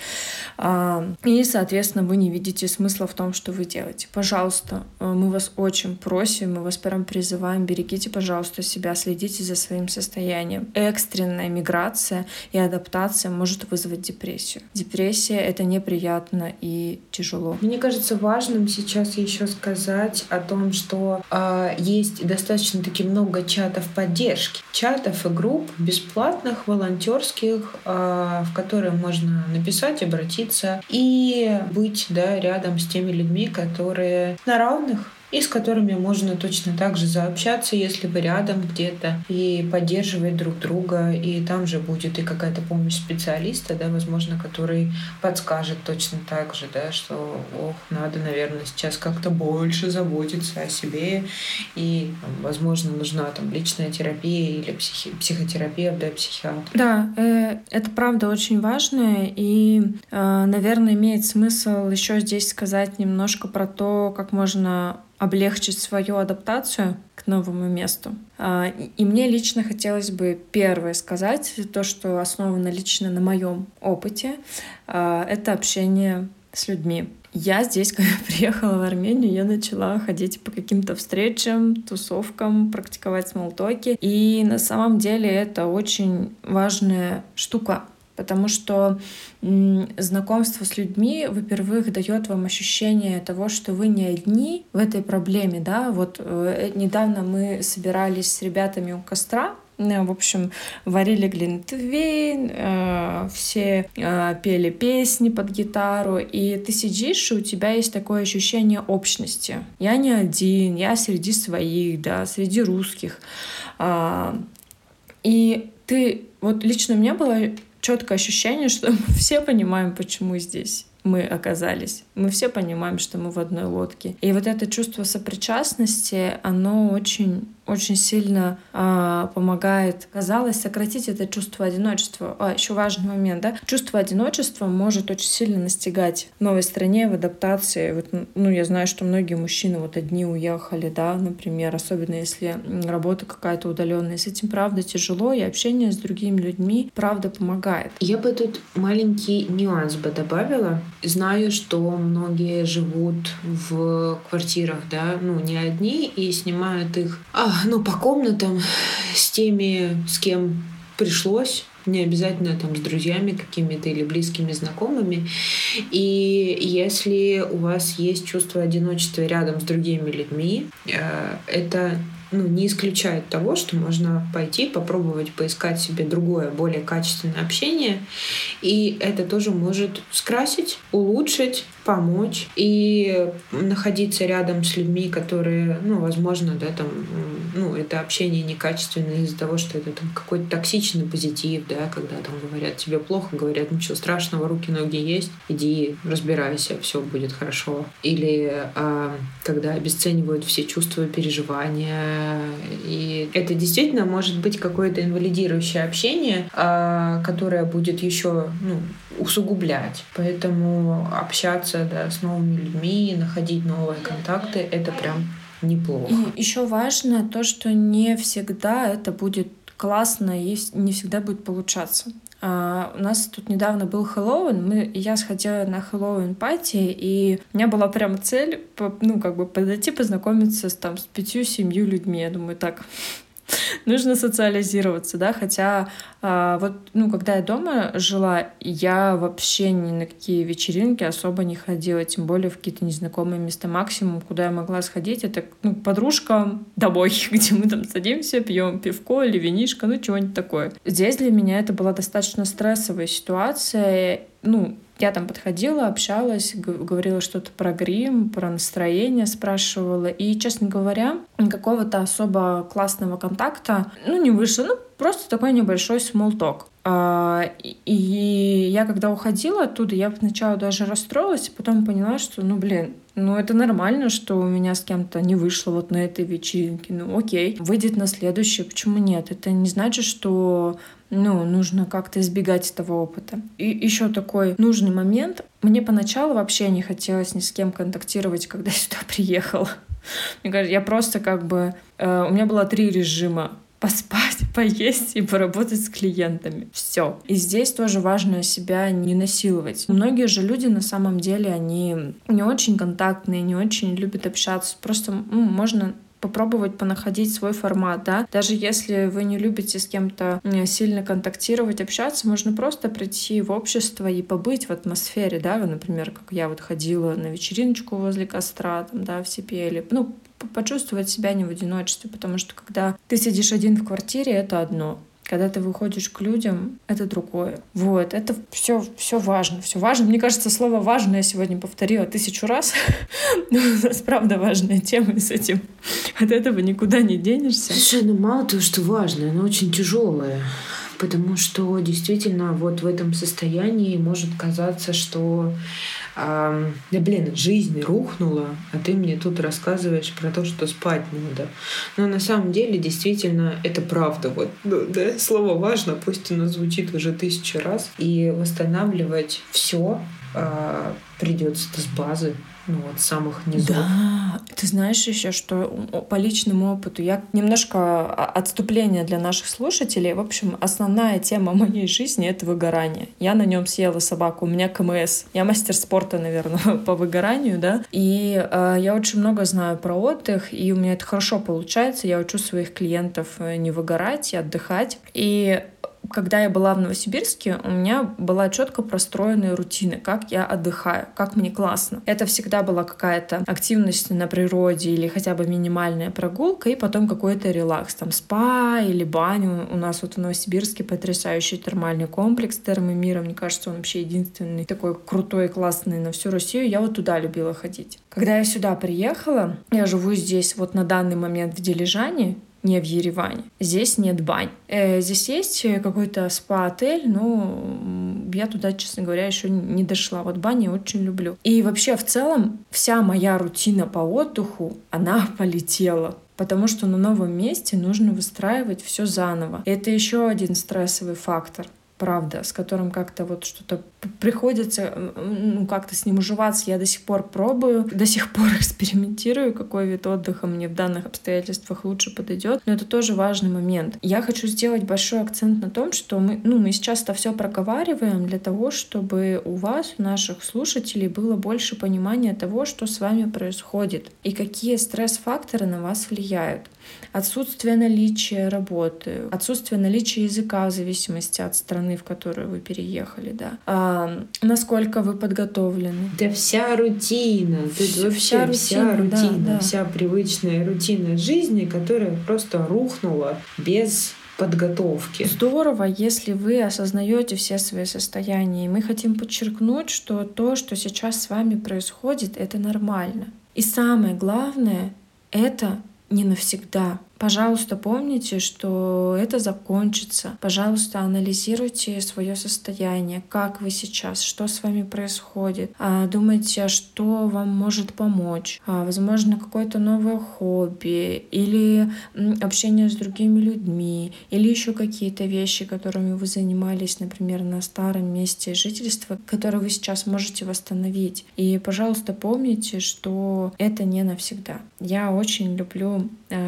И, соответственно, вы не видите смысла в том, что вы делаете. Пожалуйста, мы вас очень просим, мы вас прям призываем, берегите, пожалуйста, себя, следите за своим состоянием. Экстренная миграция и адаптация может вызвать депрессию. Депрессия — это неприятно и тяжело. Мне кажется важным сейчас еще сказать о том, что есть достаточно-таки много чатов поддержки. Чатов и групп бесплатных, волонтерских, в которые можно написать, обратиться и быть, да, рядом с теми людьми, которые на равных, и с которыми можно точно так же заобщаться, если вы рядом где-то, и поддерживать друг друга. И там же будет и какая-то помощь специалиста, да, возможно, который подскажет точно так же, да, что надо, наверное, сейчас как-то больше заботиться о себе, и, возможно, нужна там личная терапия или психотерапевт, да, психиатр. Да, это правда очень важно, и, наверное, имеет смысл еще здесь сказать немножко про то, как можно облегчить свою адаптацию к новому месту. И мне лично хотелось бы первое сказать, то, что основано лично на моем опыте, это общение с людьми. Я здесь, когда приехала в Армению, я начала ходить по каким-то встречам, тусовкам, практиковать смоллтоки. И на самом деле это очень важная штука, потому что знакомство с людьми, во-первых, дает вам ощущение того, что вы не одни в этой проблеме. Да? Вот недавно мы собирались с ребятами у костра, в общем, варили глинтвейн, все пели песни под гитару, и ты сидишь, и у тебя есть такое ощущение общности. Я не один, я среди своих, да, среди русских. И ты, вот лично у меня было четкое ощущение, что мы все понимаем, почему здесь мы оказались. Мы все понимаем, что мы в одной лодке. И вот это чувство сопричастности, оно очень сильно помогает, казалось, сократить это чувство одиночества. Еще важный момент, да? Чувство одиночества может очень сильно настигать в новой стране, в адаптации. Вот, я знаю, что многие мужчины вот одни уехали, да, например, особенно если работа какая-то удаленная. С этим, правда, тяжело, и общение с другими людьми, правда, помогает. Я бы тут маленький нюанс бы добавила. Знаю, что многие живут в квартирах, да, не одни, и снимают их по комнатам с теми, с кем пришлось, не обязательно там с друзьями какими-то или близкими знакомыми. И если у вас есть чувство одиночества рядом с другими людьми, это не исключает того, что можно пойти, попробовать поискать себе другое, более качественное общение. И это тоже может скрасить, улучшить, помочь. И находиться рядом с людьми, которые, возможно, да, там, это общение некачественное из-за того, что это там какой-то токсичный позитив, да, когда там говорят, тебе плохо, говорят, ничего страшного, руки-ноги есть, иди, разбирайся, все будет хорошо. Или когда обесценивают все чувства и переживания. И это действительно может быть какое-то инвалидирующее общение, которое будет еще усугублять. Поэтому общаться, да, с новыми людьми, находить новые контакты — это прям неплохо. И еще важно то, что не всегда это будет классно и не всегда будет получаться. У нас тут недавно был Хэллоуин, я сходила на Хэллоуин-пати, и у меня была прям цель, подойти познакомиться с 5-7 людьми. Я думаю, так, нужно социализироваться, да, хотя когда я дома жила, я вообще ни на какие вечеринки особо не ходила, тем более в какие-то незнакомые места. Максимум, куда я могла сходить, это подружкам домой, где мы там садимся, пьем пивко или винишко, чего-нибудь такое. Здесь для меня это была достаточно стрессовая ситуация. Я там подходила, общалась, говорила что-то про грим, про настроение спрашивала. И, честно говоря, какого-то особо классного контакта, не вышло. Просто такой небольшой смоллток. И я когда уходила оттуда, я сначала даже расстроилась, а потом поняла, что, это нормально, что у меня с кем-то не вышло вот на этой вечеринке. Окей, выйдет на следующее, почему нет? Это не значит, что нужно как-то избегать этого опыта. И еще такой нужный момент. Мне поначалу вообще не хотелось ни с кем контактировать, когда я сюда приехала. Мне кажется, я просто у меня было 3 режима: поспать, поесть и поработать с клиентами. Все. И здесь тоже важно себя не насиловать. Многие же люди на самом деле, они не очень контактные, не очень любят общаться. Просто можно попробовать понаходить свой формат, да. Даже если вы не любите с кем-то сильно контактировать, общаться, можно просто прийти в общество и побыть в атмосфере, да. Например, как я ходила на вечериночку возле костра, все пели. Почувствовать себя не в одиночестве, потому что когда ты сидишь один в квартире, это одно. Когда ты выходишь к людям, это другое. Это все важно. Все важно. Мне кажется, слово «важно» я сегодня повторила 1000 раз. Но у нас правда важная тема, и с этим от этого никуда не денешься. Слушай, мало того, что важно, оно очень тяжелое. Потому что действительно вот в этом состоянии может казаться, что жизнь рухнула, а ты мне тут рассказываешь про то, что спать надо. Но на самом деле действительно это правда. Слово «важно», пусть оно звучит уже 1000 раз. И восстанавливать все придется с базы. С самых низов. Да, ты знаешь еще, что по личному опыту я немножко отступление для наших слушателей. В общем, основная тема моей жизни — это выгорание. Я на нем съела собаку, у меня КМС. Я мастер спорта, наверное, по выгоранию, да. И я очень много знаю про отдых, и у меня это хорошо получается. Я учу своих клиентов не выгорать и отдыхать. И когда я была в Новосибирске, у меня была четко простроенная рутина, как я отдыхаю, как мне классно. Это всегда была какая-то активность на природе или хотя бы минимальная прогулка, и потом какой-то релакс, спа или баню. У нас в Новосибирске потрясающий термальный комплекс Термомира. Мне кажется, он вообще единственный такой крутой и классный на всю Россию. Я туда любила ходить. Когда я сюда приехала, я живу здесь на данный момент в Дилижане, не в Ереване. Здесь нет бань. Здесь есть какой-то спа-отель, но я туда, честно говоря, еще не дошла. Бани я очень люблю. И вообще, в целом, вся моя рутина по отдыху, она полетела. Потому что на новом месте нужно выстраивать все заново. И это еще один стрессовый фактор. Правда, с которым как-то что-то приходится как-то с ним уживаться. Я до сих пор пробую, до сих пор экспериментирую, какой вид отдыха мне в данных обстоятельствах лучше подойдет. Но это тоже важный момент. Я хочу сделать большой акцент на том, что мы сейчас это все проговариваем для того, чтобы у вас, у наших слушателей, было больше понимания того, что с вами происходит и какие стресс-факторы на вас влияют. Отсутствие наличия работы, отсутствие наличия языка в зависимости от страны, в которую вы переехали, да. Насколько вы подготовлены. Да вся рутина. Вся рутина, вся привычная рутина жизни, которая просто рухнула без подготовки. Здорово, если вы осознаете все свои состояния. И мы хотим подчеркнуть, что то, что сейчас с вами происходит, это нормально. И самое главное, это не навсегда. Пожалуйста, помните, что это закончится. Пожалуйста, анализируйте свое состояние, как вы сейчас, что с вами происходит. Думайте, что вам может помочь. Возможно, какое-то новое хобби или общение с другими людьми, или еще какие-то вещи, которыми вы занимались, например, на старом месте жительства, которые вы сейчас можете восстановить. И, пожалуйста, помните, что это не навсегда. Я очень люблю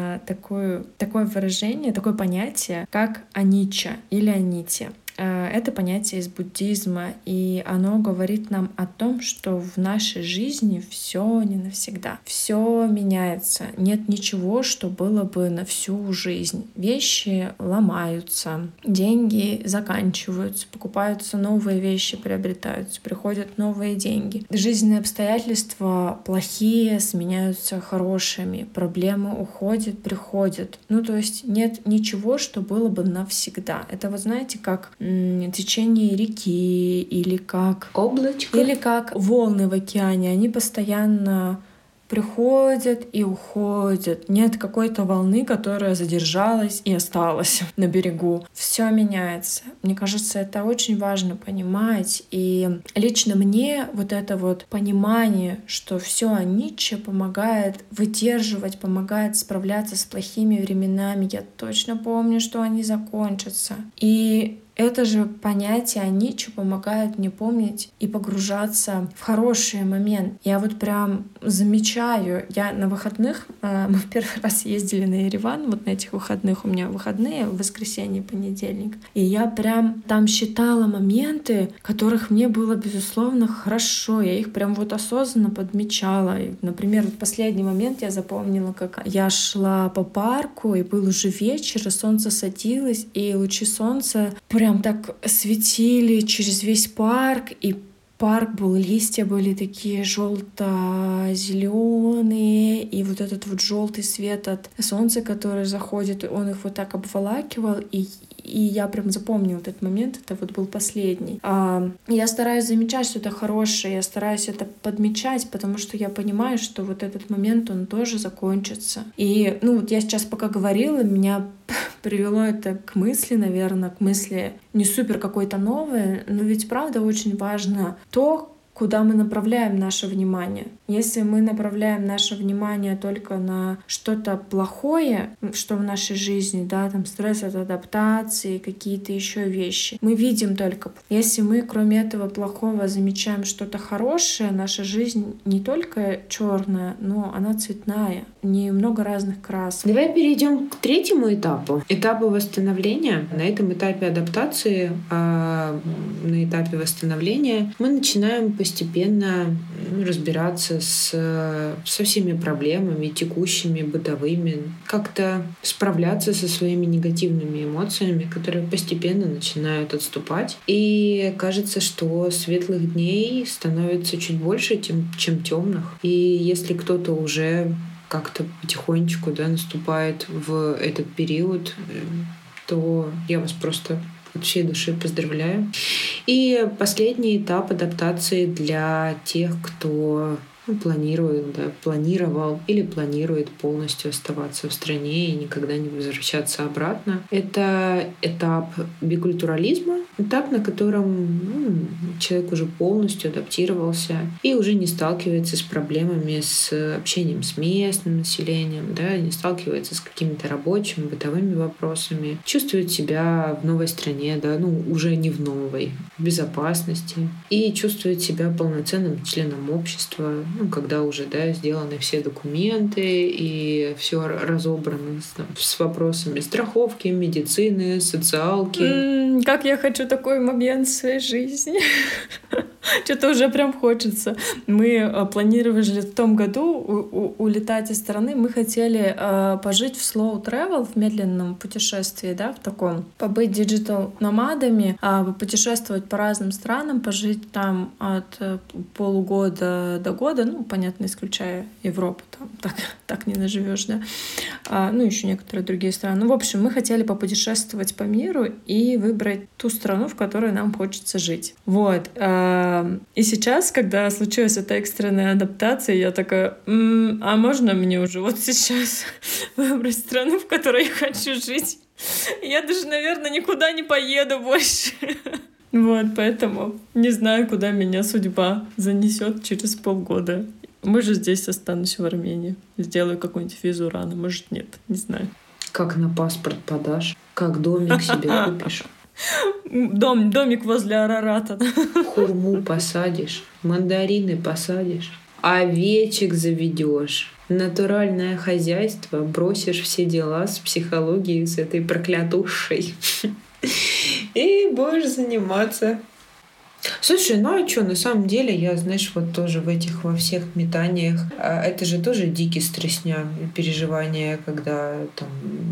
такое выражение, такое понятие, как аничча или анити. Это понятие из буддизма, и оно говорит нам о том, что в нашей жизни все не навсегда. Все меняется. Нет ничего, что было бы на всю жизнь. Вещи ломаются, деньги заканчиваются, покупаются новые вещи, приобретаются, приходят новые деньги. Жизненные обстоятельства плохие сменяются хорошими, проблемы уходят, приходят. То есть нет ничего, что было бы навсегда. Это знаете, как течение реки или как облачко, или как волны в океане. Они постоянно приходят и уходят. Нет какой-то волны, которая задержалась и осталась на берегу. Все меняется. Мне кажется, это очень важно понимать. И лично мне вот это вот понимание, что все о Ницше помогает выдерживать, помогает справляться с плохими временами. Я точно помню, что они закончатся. И это же понятие о Ницше помогает мне помнить и погружаться в хороший момент. Я вот прям замечаю, я на выходных, мы в первый раз ездили на Ереван, вот на этих выходных, у меня выходные, в воскресенье, понедельник, и я прям там считала моменты, которых мне было, безусловно, хорошо, я их прям вот осознанно подмечала. И, например, вот последний момент я запомнила, как я шла по парку, и был уже вечер, и солнце садилось, и лучи солнца прям так светили через весь парк, и парк был, листья были такие желто-зеленые, и вот этот вот желтый свет от солнца, который заходит, он их вот так обволакивал, и я прям запомнила этот момент, это вот был последний. Я стараюсь замечать что-то хорошее, я стараюсь это подмечать, потому что я понимаю, что вот этот момент, он тоже закончится. И, вот я сейчас пока говорила, меня привело это к мысли, наверное, к мысли не супер какой-то новой, но ведь правда очень важно то, куда мы направляем наше внимание. Если мы направляем наше внимание только на что-то плохое, что в нашей жизни, да, там стресс от адаптации, какие-то еще вещи, мы видим только. Если мы, кроме этого плохого, замечаем что-то хорошее, наша жизнь не только черная, но она цветная, немного разных красок. Давай перейдем к третьему этапу восстановления. На этом этапе адаптации, на этапе восстановления мы начинаем постепенно разбираться со всеми проблемами текущими, бытовыми, как-то справляться со своими негативными эмоциями, которые постепенно начинают отступать. И кажется, что светлых дней становится чуть больше, чем темных. И если кто-то уже как-то потихонечку, наступает в этот период, то я вас просто от всей души поздравляю. И последний этап адаптации для тех, кто планировал или планирует полностью оставаться в стране и никогда не возвращаться обратно. Это этап бикультурализма, этап, на котором человек уже полностью адаптировался и уже не сталкивается с проблемами с общением с местным населением, не сталкивается с какими-то рабочими, бытовыми вопросами, чувствует себя в новой стране, уже не в новой, в безопасности, и чувствует себя полноценным членом общества, когда уже сделаны все документы и все разобрано с вопросами страховки, медицины, социалки. Как я хочу такой момент в своей жизни. Что-то уже прям хочется. Мы планировали в том году улетать из страны. Мы хотели пожить в slow travel, в медленном путешествии, в таком. Побыть диджитал-номадами, путешествовать по разным странам, пожить там от полугода до года. Понятно, исключая Европу. Там так не наживешь, да. Еще некоторые другие страны. В общем, мы хотели попутешествовать по миру и выбрать ту страну, в которой нам хочется жить. Вот. И сейчас, когда случилась эта экстренная адаптация, я такая, а можно мне уже вот сейчас выбрать страну, в которой я хочу жить? Я даже, наверное, никуда не поеду больше. Вот, поэтому не знаю, куда меня судьба занесет через полгода. Может, здесь останусь в Армении. Сделаю какую-нибудь визу рано, может, нет, не знаю. Как на паспорт подашь? Как домик себе купишь? Домик возле Арарата. Хурму посадишь, мандарины посадишь, овечек заведешь, натуральное хозяйство, бросишь все дела с психологией, с этой проклятушей и будешь заниматься. Слушай, а что, на самом деле, я, вот тоже во всех метаниях, это же тоже дикий стрессня, переживания, когда там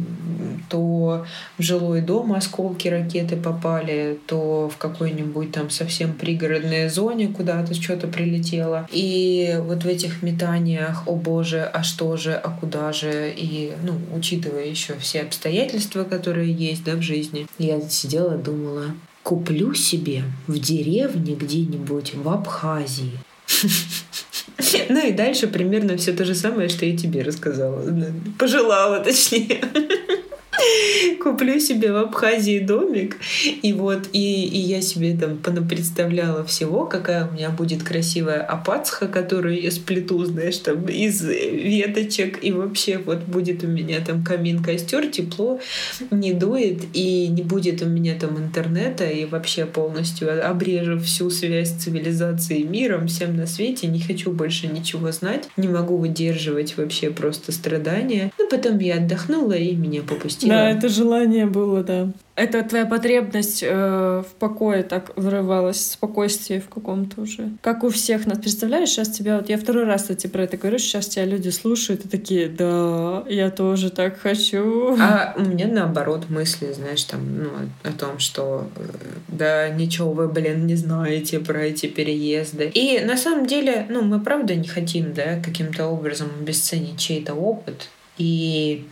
то в жилой дом осколки ракеты попали, то в какой-нибудь там совсем пригородной зоне куда-то что-то прилетело. И вот в этих метаниях, о боже, а что же, а куда же, и, учитывая еще все обстоятельства, которые есть, в жизни, я сидела, думала, куплю себе в деревне где-нибудь в Абхазии Ну и дальше примерно все то же самое, что и тебе рассказала. Пожелала, точнее. Куплю себе в Абхазии домик, и я себе там понапредставляла всего, какая у меня будет красивая апацха, которую я сплету, знаешь, там из веточек, и вообще вот будет у меня там камин, костер, тепло, не дует, и не будет у меня там интернета, и вообще полностью обрежу всю связь с цивилизацией, миром, всем на свете, не хочу больше ничего знать, не могу выдерживать вообще просто страдания. Но потом я отдохнула, и меня попустило. Да, это желание было, да. Это твоя потребность в покое так вырывалась, в спокойствии в каком-то уже. Как у всех нас. Представляешь, сейчас тебя... Вот я второй раз, кстати, про это говорю, сейчас тебя люди слушают и такие, да, я тоже так хочу. А у меня наоборот мысли, знаешь, там, о том, что да, ничего вы, не знаете про эти переезды. И на самом деле, мы правда не хотим, да, каким-то образом обесценить чей-то опыт. И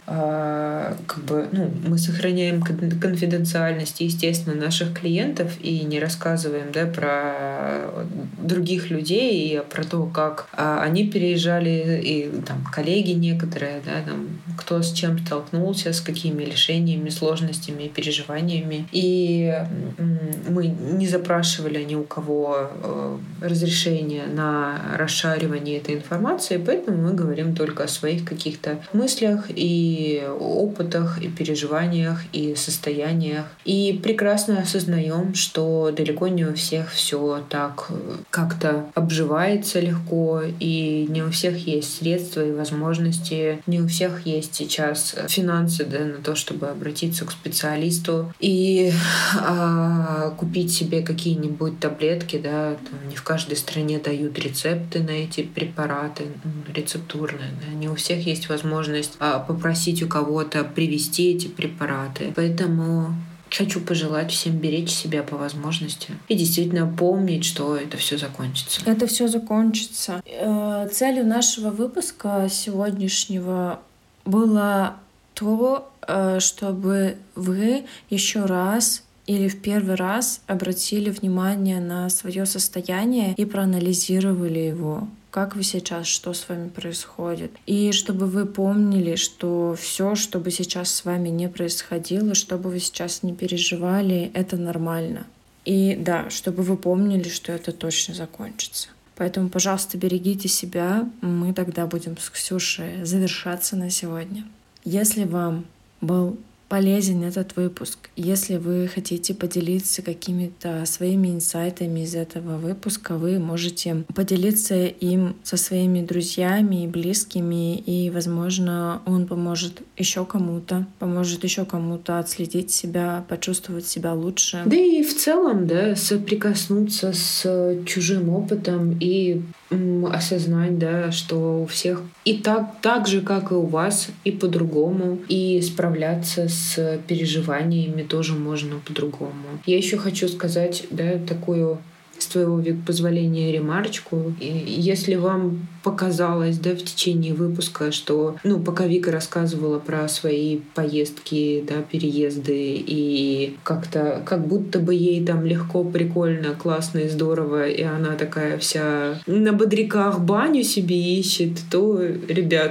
мы сохраняем конфиденциальность, естественно, наших клиентов и не рассказываем, да, про других людей и про то, как они переезжали, и там коллеги некоторые, да, там, кто с чем столкнулся, с какими лишениями, сложностями, переживаниями. И мы не запрашивали ни у кого разрешения на расшаривание этой информации, поэтому мы говорим только о своих каких-то мыслях и опытах, и переживаниях, и состояниях. И прекрасно осознаем, что далеко не у всех все так как-то обживается легко, и не у всех есть средства и возможности, не у всех есть сейчас финансы, да, на то, чтобы обратиться к специалисту и купить себе какие-нибудь таблетки, да, там не в каждой стране дают рецепты на эти препараты, рецептурные, да, не у всех есть возможность попросить у кого-то привезти эти препараты. Поэтому хочу пожелать всем беречь себя по возможности и действительно помнить, что это все закончится. Это все закончится. Целью нашего выпуска сегодняшнего было то, чтобы вы еще раз или в первый раз обратили внимание на свое состояние и проанализировали его. Как вы сейчас, что с вами происходит. И чтобы вы помнили, что все, что бы сейчас с вами не происходило, что бы вы сейчас не переживали, это нормально. И да, чтобы вы помнили, что это точно закончится. Поэтому, пожалуйста, берегите себя. Мы тогда будем с Ксюшей завершаться на сегодня. Если вам был полезен этот выпуск, если вы хотите поделиться какими-то своими инсайтами из этого выпуска, вы можете поделиться им со своими друзьями и близкими, и, возможно, он поможет еще кому-то отследить себя, почувствовать себя лучше. Да и в целом, да, соприкоснуться с чужим опытом и осознать, да, что у всех и так же, как и у вас, и по-другому, и справляться с переживаниями тоже можно по-другому. Я еще хочу сказать, да, такую, с твоего позволения, ремарочку. И если вам показалось, да, в течение выпуска, что, пока Вика рассказывала про свои поездки, да, переезды, и как будто бы ей там легко, прикольно, классно и здорово, и она такая вся на бодряках баню себе ищет, то, ребят,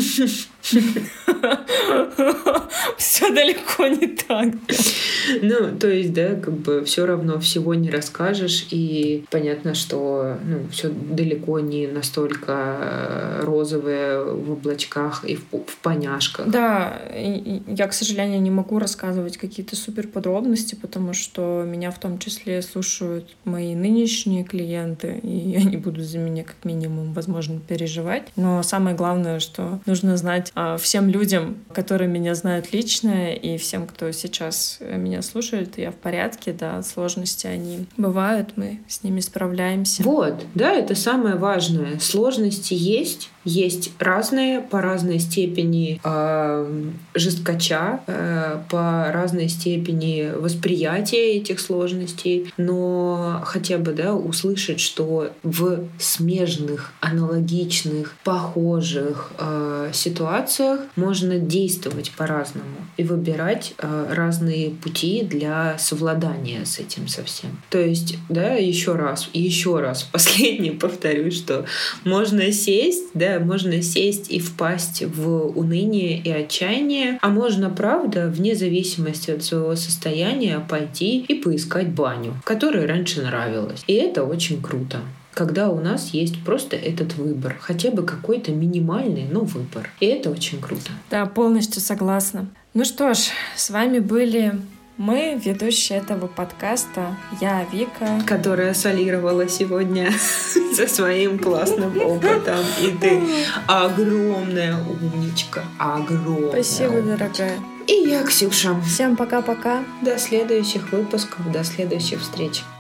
все далеко не так. То есть, да, все равно всего не расскажешь, и понятно, что все далеко не настолько розовое в облачках и в поняшках. Да, я, к сожалению, не могу рассказывать какие-то супер подробности, потому что меня в том числе слушают мои нынешние клиенты, и они будут за меня как минимум, возможно, переживать. Но самое главное, что нужно знать всем людям, которые меня знают лично, и всем, кто сейчас меня слушает, я в порядке, да, сложности они бывают, мы с ними справляемся. Вот, да, это самое важное. Сложности есть, есть разные по разной степени жесткача, по разной степени восприятия этих сложностей, но хотя бы услышать, что в смежных, аналогичных, похожих ситуациях можно действовать по-разному и выбирать разные пути для совладания с этим совсем. То есть, еще раз, последний повторюсь, что можно сесть и впасть в уныние и отчаяние, а можно, правда, вне зависимости от своего состояния пойти и поискать баню, которая раньше нравилась. И это очень круто, когда у нас есть просто этот выбор, хотя бы какой-то минимальный, но выбор. И это очень круто. Да, полностью согласна. Ну что ж, с вами были мы, ведущие этого подкаста. Я Вика, которая солировала сегодня со своим классным опытом. И ты огромная умничка. Огромная. Спасибо, дорогая. И я, Ксюша. Всем пока-пока. До следующих выпусков, до следующих встреч.